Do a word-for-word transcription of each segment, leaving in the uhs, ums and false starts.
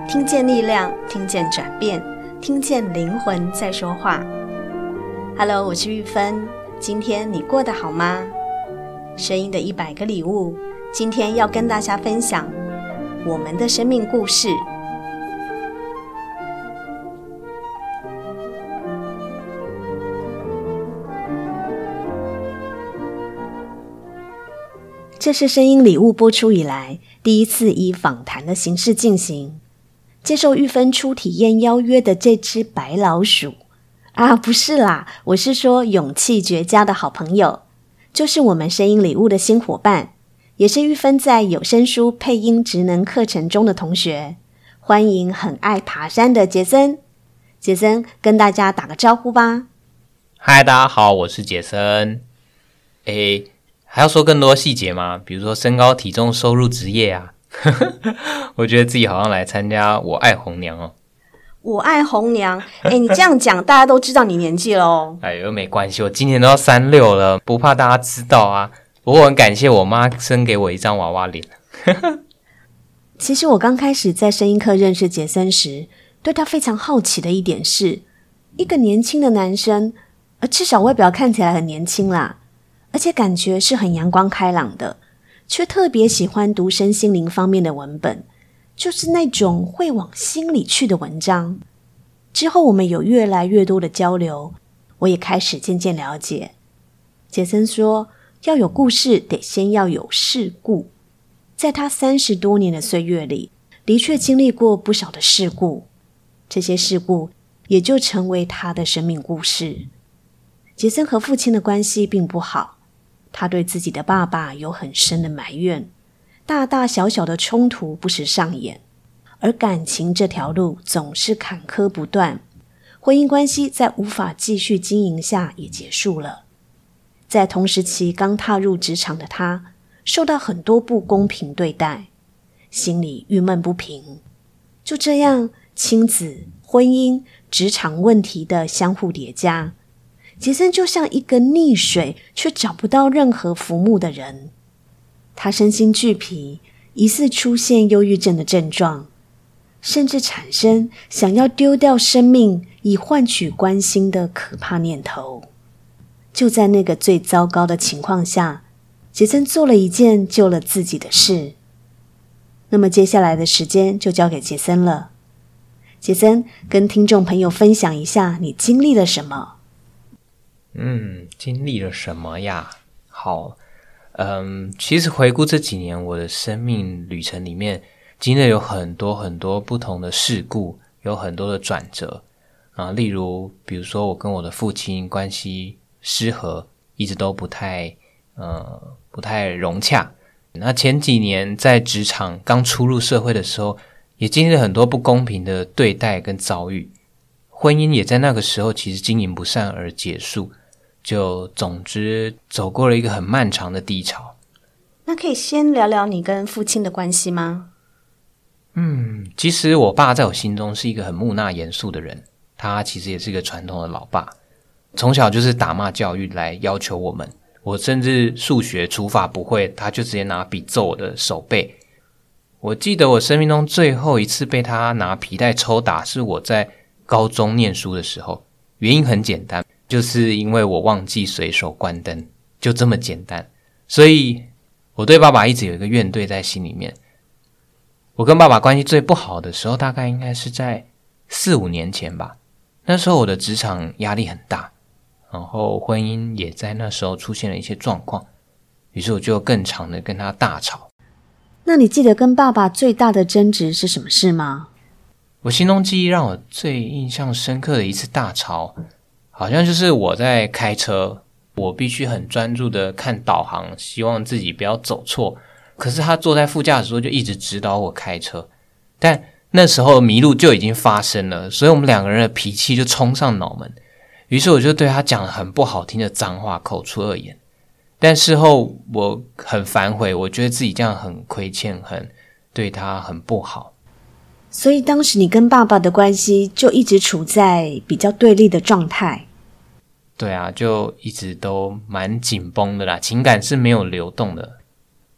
听见力量，听见转变，听见灵魂在说话。Hello， 我是玉芬，今天你过得好吗？声音的一百个礼物，今天要跟大家分享我们的生命故事。这是声音礼物播出以来第一次以访谈的形式进行，接受玉芬初体验邀约的这只白老鼠啊，不是啦，我是说勇气绝佳的好朋友，就是我们声音礼物的新伙伴，也是玉芬在有声书配音职能课程中的同学。欢迎很爱爬山的杰森。杰森跟大家打个招呼吧。 嗨，大家好，我是杰森。诶还要说更多细节吗？比如说身高、体重、收入、职业啊。我觉得自己好像来参加我爱红娘哦。 我爱红娘，诶你这样讲大家都知道你年纪咯。 哎呦，没关系，我今年都要三六了，不怕大家知道啊。不过我很感谢我妈生给我一张娃娃脸。 其实我刚开始在声音课认识杰森时，对他非常好奇的一点是，一个年轻的男生，而至少外表看起来很年轻啦，而且感觉是很阳光开朗的，却特别喜欢读身心灵方面的文本，就是那种会往心里去的文章。之后我们有越来越多的交流，我也开始渐渐了解。杰森说，要有故事，得先要有事故。在他三十多年的岁月里，的确经历过不少的事故，这些事故也就成为他的生命故事。杰森和父亲的关系并不好，他对自己的爸爸有很深的埋怨，大大小小的冲突不时上演，而感情这条路总是坎坷不断，婚姻关系在无法继续经营下也结束了。在同时期刚踏入职场的他，受到很多不公平对待，心里郁闷不平。就这样，亲子、婚姻、职场问题的相互叠加，杰森就像一个溺水却找不到任何浮木的人。他身心俱疲，疑似出现忧郁症的症状，甚至产生想要丢掉生命以换取关心的可怕念头。就在那个最糟糕的情况下，杰森做了一件救了自己的事。那么接下来的时间就交给杰森了。杰森，跟听众朋友分享一下你经历了什么。 嗯，经历了什么呀？好，嗯，其实回顾这几年我的生命旅程里面，经历有很多很多不同的事故，有很多的转折啊。例如，比如说我跟我的父亲关系失和，一直都不太呃不太融洽。那前几年在职场刚出入社会的时候，也经历了很多不公平的对待跟遭遇。婚姻也在那个时候其实经营不善而结束。就总之走过了一个很漫长的低潮。 那可以先聊聊你跟父亲的关系吗？ 嗯，其实我爸在我心中是一个很木讷严肃的人，他其实也是一个传统的老爸，从小就是打骂教育来要求我们。我甚至数学除法不会，他就直接拿笔揍我的手背。我记得我生命中最后一次被他拿皮带抽打是我在高中念书的时候，原因很简单，就是因为我忘记随手关灯，就这么简单。所以我对爸爸一直有一个怨怼在心里面。我跟爸爸关系最不好的时候大概应该是在四五年前吧。那时候我的职场压力很大，然后婚姻也在那时候出现了一些状况，于是我就更常的跟他大吵。 那你记得跟爸爸最大的争执是什么事吗？ 我心中记忆让我最印象深刻的一次大吵，好像就是我在开车，我必须很专注的看导航，希望自己不要走错，可是他坐在副驾驶座就一直指导我开车，但那时候迷路就已经发生了，所以我们两个人的脾气就冲上脑门，于是我就对他讲了很不好听的脏话，口出恶言。但事后我很反悔，我觉得自己这样很亏欠，很对他很不好。 所以当时你跟爸爸的关系就一直处在比较对立的状态。 对啊，就一直都蛮紧绷的啦，情感是没有流动的。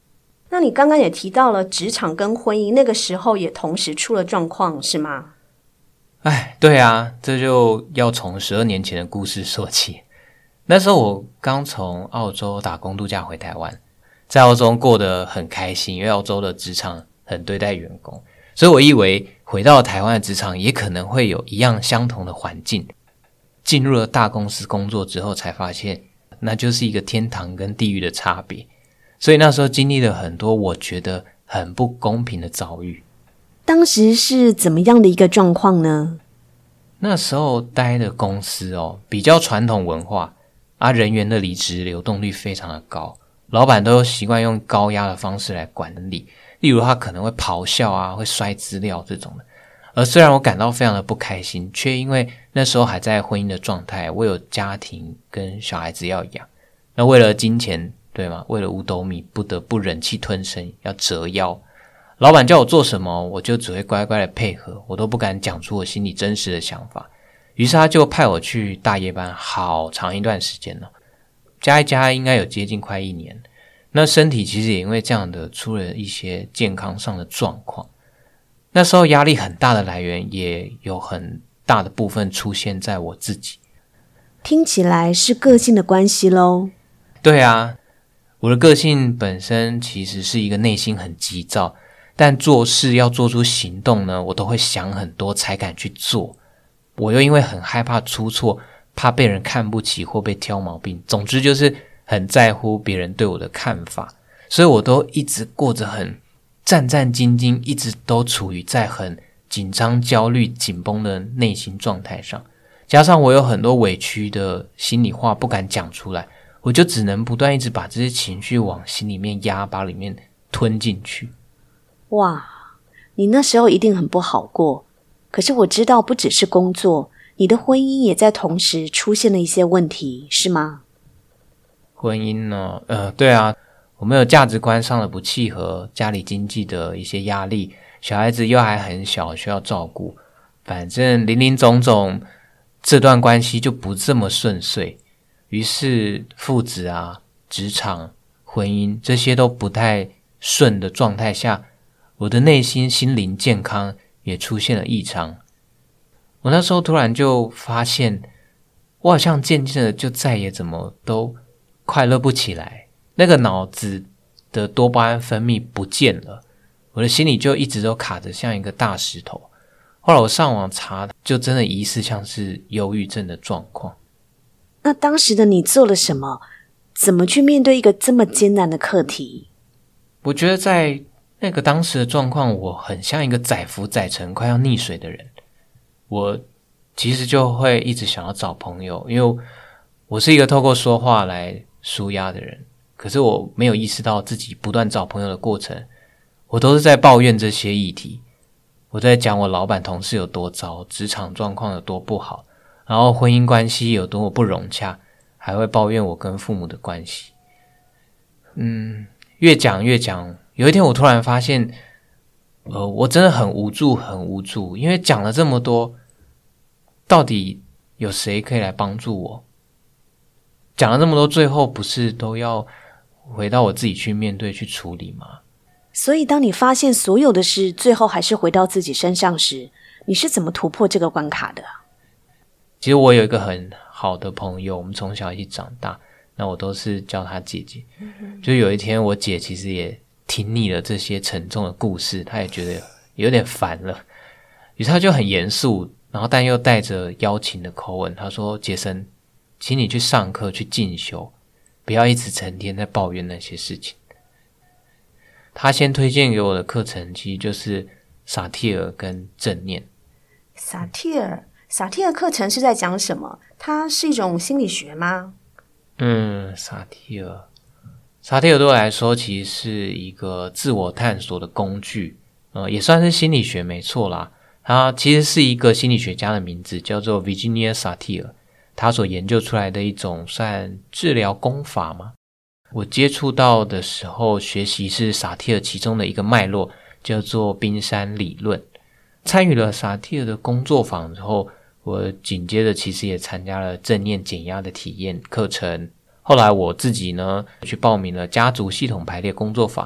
那你刚刚也提到了职场跟婚姻，那个时候也同时出了状况，是吗？ 哎，对啊，这就要从十二年前的故事说起。那时候我刚从澳洲打工度假回台湾，在澳洲过得很开心，因为澳洲的职场很对待员工，所以我以为回到台湾的职场也可能会有一样相同的环境。进入了大公司工作之后才发现，那就是一个天堂跟地狱的差别。所以那时候经历了很多我觉得很不公平的遭遇。 当时是怎么样的一个状况呢？ 那时候待的公司哦，比较传统文化啊，人员的离职流动率非常的高，老板都习惯用高压的方式来管理，例如他可能会咆哮啊，会摔资料这种的。而虽然我感到非常的不开心，却因为那时候还在婚姻的状态，我有家庭跟小孩子要养，那为了金钱，对吗？为了五斗米，不得不忍气吞声，要折腰。老板叫我做什么，我就只会乖乖的配合，我都不敢讲出我心里真实的想法。于是他就派我去大夜班，好长一段时间了，加一加应该有接近快一年。那身体其实也因为这样的出了一些健康上的状况。那时候压力很大的来源也有很大的部分出现在我自己。 听起来是个性的关系咯。 对啊，我的个性本身其实是一个内心很急躁，但做事要做出行动呢，我都会想很多才敢去做。我又因为很害怕出错，怕被人看不起或被挑毛病，总之就是很在乎别人对我的看法，所以我都一直过着很战战兢兢，一直都处于在很紧张、焦虑、紧绷的内心状态上。加上我有很多委屈的心里话不敢讲出来，我就只能不断一直把这些情绪往心里面压，把里面吞进去。 哇，你那时候一定很不好过。可是我知道不只是工作，你的婚姻也在同时出现了一些问题，是吗？ 婚姻呢？呃，对啊，我们有价值观上的不契合，家里经济的一些压力，小孩子又还很小，需要照顾，反正林林总总，这段关系就不这么顺遂。于是父子啊、职场、婚姻这些都不太顺的状态下，我的内心心灵健康也出现了异常。我那时候突然就发现，我好像渐渐的就再也怎么都快乐不起来，那个脑子的多巴胺分泌不见了，我的心里就一直都卡着像一个大石头。后来我上网查，就真的疑似像是忧郁症的状况。 那当时的你做了什么？怎么去面对一个这么艰难的课题？ 我觉得在那个当时的状况，我很像一个载浮载沉快要溺水的人。我其实就会一直想要找朋友，因为我是一个透过说话来抒压的人，可是我没有意识到自己不断找朋友的过程，我都是在抱怨这些议题。我在讲我老板同事有多糟，职场状况有多不好，然后婚姻关系有多么不融洽，还会抱怨我跟父母的关系。嗯，越讲越讲，有一天我突然发现，呃，我真的很无助，很无助，因为讲了这么多，到底有谁可以来帮助我？讲了这么多，最后不是都要回到我自己去面对、去处理吗？ 所以当你发现所有的事最后还是回到自己身上时，你是怎么突破这个关卡的？ 其实我有一个很好的朋友，我们从小一起长大，那我都是叫她姐姐。嗯、就有一天我姐其实也听腻了这些沉重的故事，她也觉得有点烦了，于是她就很严肃，然后但又带着邀请的口吻，她说：杰森，请你去上课去进修，不要一直成天在抱怨那些事情。他先推荐给我的课程其实就是萨提尔跟正念。 萨提尔萨提尔课程是在讲什么？它是一种心理学吗？ 嗯，萨提尔萨提尔对我来说其实是一个自我探索的工具，呃，也算是心理学没错啦。它其实是一个心理学家的名字，叫做 Virginia Satir， 他所研究出来的一种算治疗功法吗？我接触到的时候学习是萨提尔其中的一个脉络，叫做冰山理论。参与了萨提尔的工作坊之后，我紧接着其实也参加了正念减压的体验课程。后来我自己呢去报名了家族系统排列工作坊，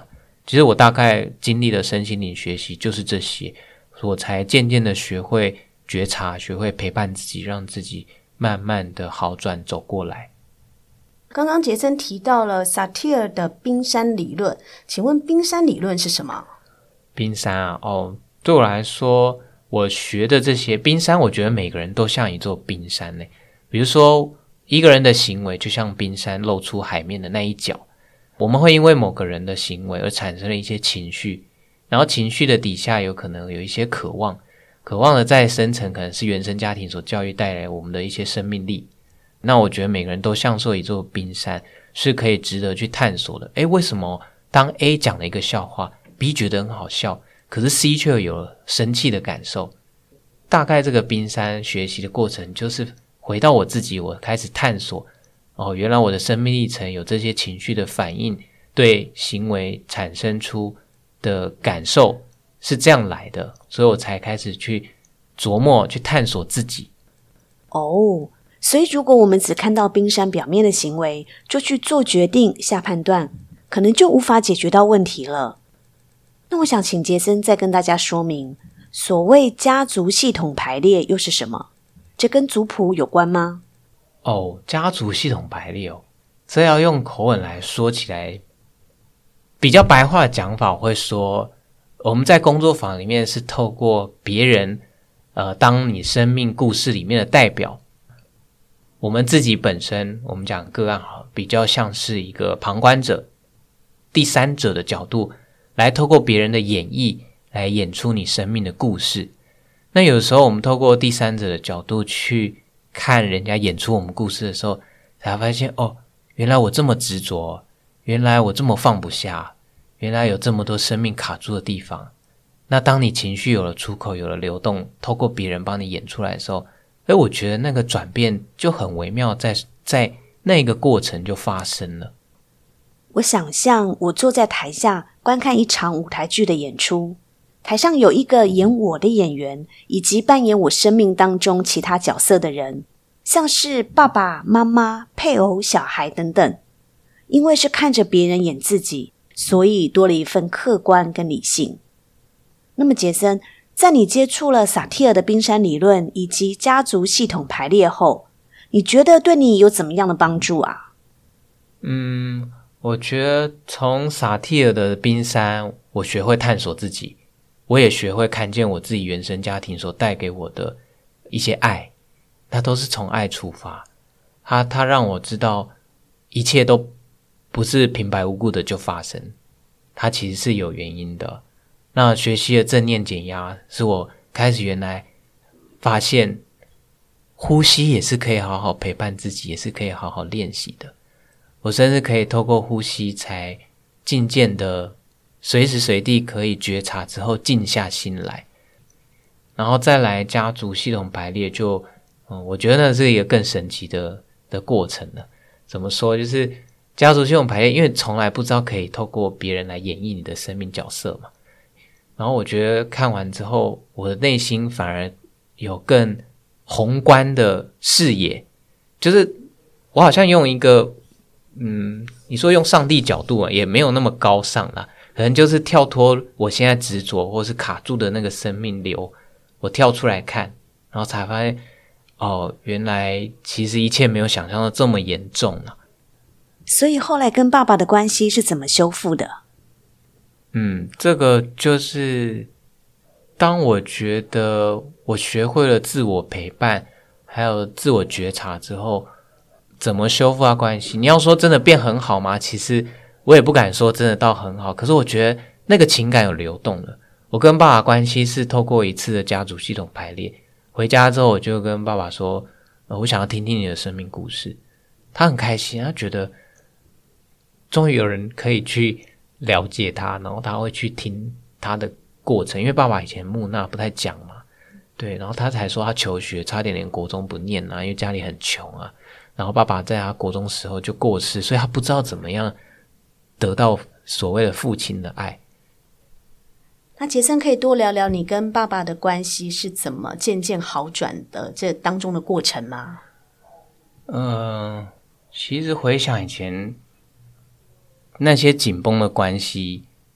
其实我大概经历了身心灵学习就是这些，我才渐渐的学会觉察，学会陪伴自己，让自己慢慢的好转走过来。 刚刚杰森提到了萨提尔的冰山理论，请问冰山理论是什么？ 冰山啊，哦，对我来说，我学的这些冰山，我觉得每个人都像一座冰山呢。比如说，一个人的行为就像冰山露出海面的那一角，我们会因为某个人的行为而产生了一些情绪，然后情绪的底下有可能有一些渴望，渴望的再深层可能是原生家庭所教育带来我们的一些生命力。那我觉得每个人都像做一座冰山，是可以值得去探索的。诶，为什么当 A 讲了一个笑话， B 觉得很好笑，可是 C 却有了生气的感受？大概这个冰山学习的过程就是回到我自己，我开始探索，哦，原来我的生命历程有这些情绪的反应，对行为产生出的感受是这样来的，所以我才开始去琢磨，去探索自己。 哦，所以如果我们只看到冰山表面的行为，就去做决定、下判断，可能就无法解决到问题了。那我想请杰森再跟大家说明，所谓家族系统排列又是什么？这跟族谱有关吗？ 哦，家族系统排列哦，这要用口吻来说起来，比较白话的讲法，我会说，我们在工作坊里面是透过别人，呃，当你生命故事里面的代表，我们自己本身，我们讲个案好，比较像是一个旁观者、第三者的角度，来透过别人的演绎，来演出你生命的故事。那有时候我们透过第三者的角度去看人家演出我们故事的时候，才发现哦，原来我这么执着，原来我这么放不下，原来有这么多生命卡住的地方。那当你情绪有了出口，有了流动，透过别人帮你演出来的时候，诶，我觉得那个转变就很微妙，在在那个过程就发生了。 我想象我坐在台下观看一场舞台剧的演出，台上有一个演我的演员，以及扮演我生命当中其他角色的人，像是爸爸妈妈、配偶、小孩等等。因为是看着别人演自己，所以多了一份客观跟理性。那么杰森，在你接触了萨提尔的冰山理论以及家族系统排列后，你觉得对你有怎么样的帮助啊？ 嗯，我觉得从萨提尔的冰山，我学会探索自己，我也学会看见我自己原生家庭所带给我的一些爱，它都是从爱出发，它它让我知道一切都不是平白无故的就发生，它其实是有原因的。那学习的正念减压，是我开始原来发现呼吸也是可以好好陪伴自己，也是可以好好练习的。我甚至可以透过呼吸才渐渐的随时随地可以觉察之后静下心来。然后再来家族系统排列就嗯，我觉得那是一个更神奇的的过程了。怎么说，就是家族系统排列，因为从来不知道可以透过别人来演绎你的生命角色嘛。然后我觉得看完之后，我的内心反而有更宏观的视野，就是我好像用一个嗯，你说用上帝角度啊，也没有那么高尚啦，可能就是跳脱我现在执着或是卡住的那个生命流，我跳出来看，然后才发现哦，原来其实一切没有想象的这么严重啊。 所以后来跟爸爸的关系是怎么修复的？ 嗯，这个就是当我觉得我学会了自我陪伴还有自我觉察之后，怎么修复啊关系，你要说真的变很好吗？其实我也不敢说真的到很好，可是我觉得那个情感有流动了。我跟爸爸关系是透过一次的家族系统排列，回家之后我就跟爸爸说、呃、我想要听听你的生命故事。他很开心，他觉得终于有人可以去了解他，然后他会去听他的过程，因为爸爸以前木讷不太讲嘛，对，然后他才说他求学差点连国中不念啊，因为家里很穷啊，然后爸爸在他国中时候就过世，所以他不知道怎么样得到所谓的父亲的爱。 那杰森可以多聊聊你跟爸爸的关系是怎么渐渐好转的这当中的过程吗？ 嗯，其实回想以前那些紧绷的关系，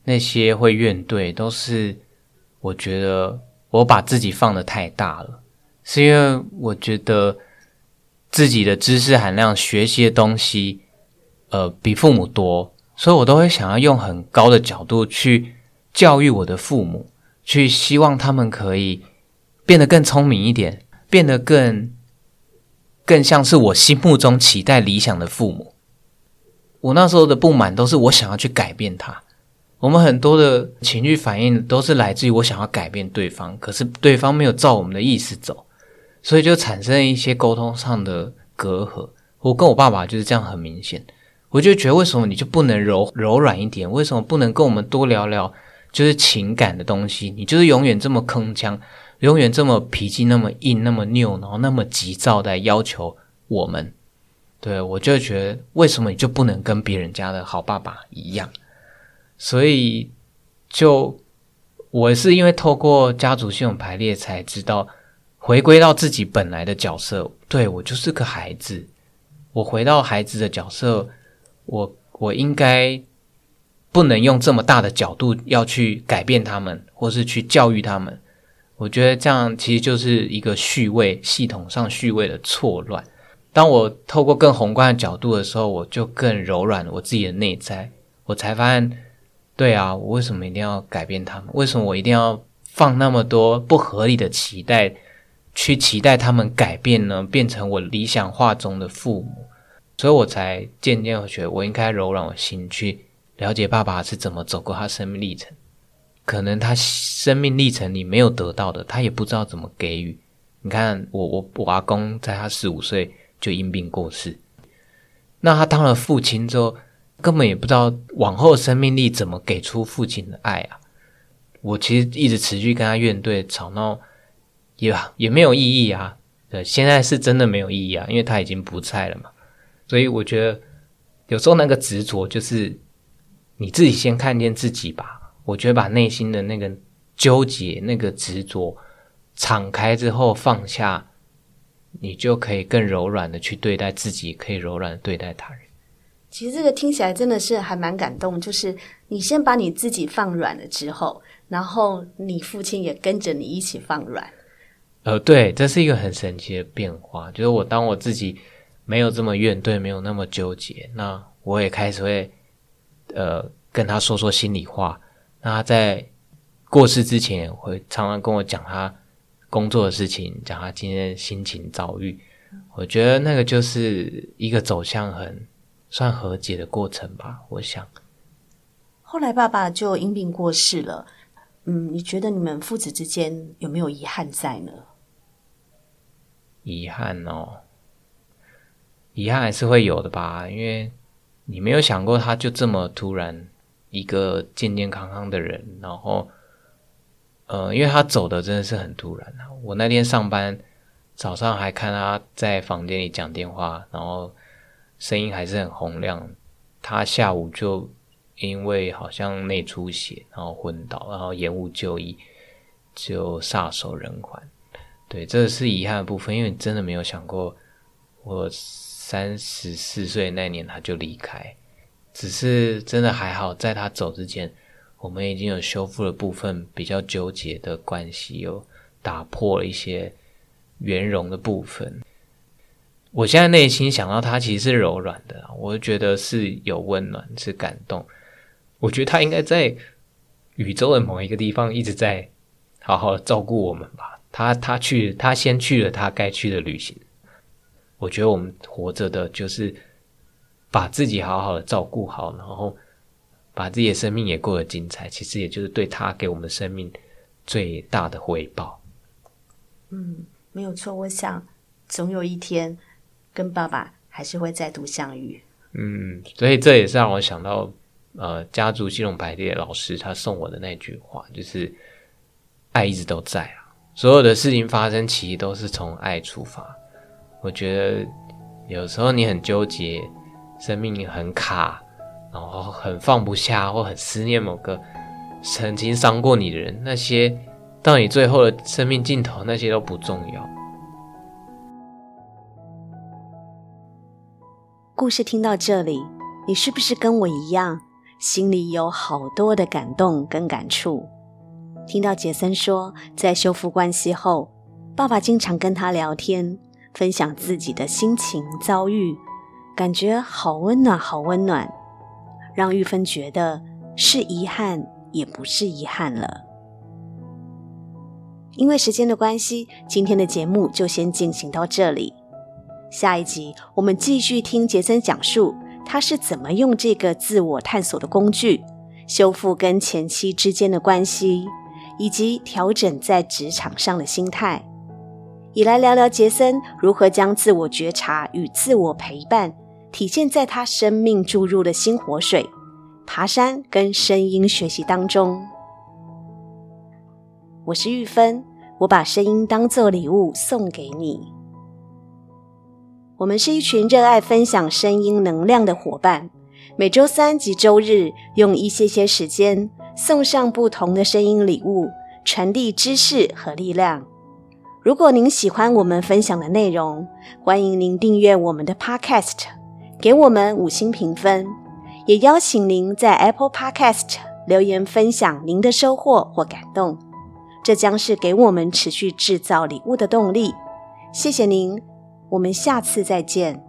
那些会怨怼，都是我觉得我把自己放得太大了，是因为我觉得自己的知识含量、学习的东西，呃，比父母多，所以我都会想要用很高的角度去教育我的父母，去希望他们可以变得更聪明一点，变得更更像是我心目中期待理想的父母。我那时候的不满都是我想要去改变他，我们很多的情绪反应都是来自于我想要改变对方，可是对方没有照我们的意思走，所以就产生一些沟通上的隔阂。我跟我爸爸就是这样，很明显，我就觉得为什么你就不能柔柔软一点，为什么不能跟我们多聊聊就是情感的东西，你就是永远这么铿锵，永远这么脾气那么硬那么拗，然后那么急躁地要求我们。对，我就觉得为什么你就不能跟别人家的好爸爸一样。所以就我是因为透过家族系统排列才知道回归到自己本来的角色，对，我就是个孩子，我回到孩子的角色，我我应该不能用这么大的角度要去改变他们，或是去教育他们。我觉得这样其实就是一个序位，系统上序位的错乱。当我透过更宏观的角度的时候，我就更柔软了我自己的内在，我才发现，对啊，我为什么一定要改变他们？为什么我一定要放那么多不合理的期待，去期待他们改变呢？变成我理想化中的父母。所以我才渐渐觉得我应该柔软我心，去了解爸爸是怎么走过他生命历程。可能他生命历程里没有得到的，他也不知道怎么给予。你看我我我阿公在他十五岁就因病过世，那他当了父亲之后，根本也不知道往后生命力怎么给出父亲的爱啊。我其实一直持续跟他怨怼吵闹，也也没有意义啊。对，现在是真的没有意义啊，因为他已经不在了嘛。所以我觉得有时候那个执着就是你自己先看见自己吧。我觉得把内心的那个纠结、那个执着敞开之后放下，你就可以更柔软的去对待自己，可以柔软的对待他人。 其实这个听起来真的是还蛮感动，就是你先把你自己放软了之后，然后你父亲也跟着你一起放软。 呃，对，这是一个很神奇的变化，就是我当我自己没有这么怨怼，没有那么纠结，那我也开始会呃跟他说说心里话。那他在过世之前会常常跟我讲他工作的事情，讲他今天的心情遭遇。我觉得那个就是一个走向很算和解的过程吧，我想。 后来爸爸就因病过世了，嗯，你觉得你们父子之间有没有遗憾在呢？ 遗憾哦，遗憾还是会有的吧，因为你没有想过他就这么突然一个健健康康的人，然后呃，因为他走的真的是很突然啊。我那天上班早上还看他在房间里讲电话，然后声音还是很洪亮。他下午就因为好像内出血，然后昏倒，然后延误就医，就撒手人寰。对，这是遗憾的部分，因为真的没有想过我三十四岁那年他就离开。只是真的还好，在他走之前，我们已经有修复了部分比较纠结的关系，有打破了一些圆融的部分。我现在内心想到他其实是柔软的，我觉得是有温暖，是感动。我觉得他应该在宇宙的某一个地方一直在好好的照顾我们吧。他他去，他先去了他该去的旅行。我觉得我们活着的就是把自己好好的照顾好，然后把自己的生命也过得精彩，其实也就是对他给我们的生命最大的回报。 嗯，没有错，我想总有一天跟爸爸还是会再度相遇。 嗯，所以这也是让我想到呃，家族系统排列老师他送我的那句话，就是爱一直都在啊，所有的事情发生其实都是从爱出发。我觉得有时候你很纠结，生命很卡，然后很放不下，或很思念某个曾经伤过你的人，那些到你最后的生命尽头，那些都不重要。 故事听到这里，你是不是跟我一样， 心里有好多的感动跟感触。听到杰森说，在修复关系后，爸爸经常跟他聊天，分享自己的心情遭遇，感觉好温暖好温暖，让玉芬觉得是遗憾也不是遗憾了。因为时间的关系，今天的节目就先进行到这里。下一集我们继续听杰森讲述他是怎么用这个自我探索的工具，修复跟前妻之间的关系，以及调整在职场上的心态，也来聊聊杰森如何将自我觉察与自我陪伴体现在他生命注入的新活水，爬山跟声音学习当中。我是玉芬，我把声音当作礼物送给你。我们是一群热爱分享声音能量的伙伴，每周三及周日用一些些时间送上不同的声音礼物，传递知识和力量。如果您喜欢我们分享的内容，欢迎您订阅我们的 Podcast， 给我们五星评分，也邀请您在 Apple Podcast 留言分享您的收获或感动，这将是给我们持续制造礼物的动力。谢谢您，我们下次再见。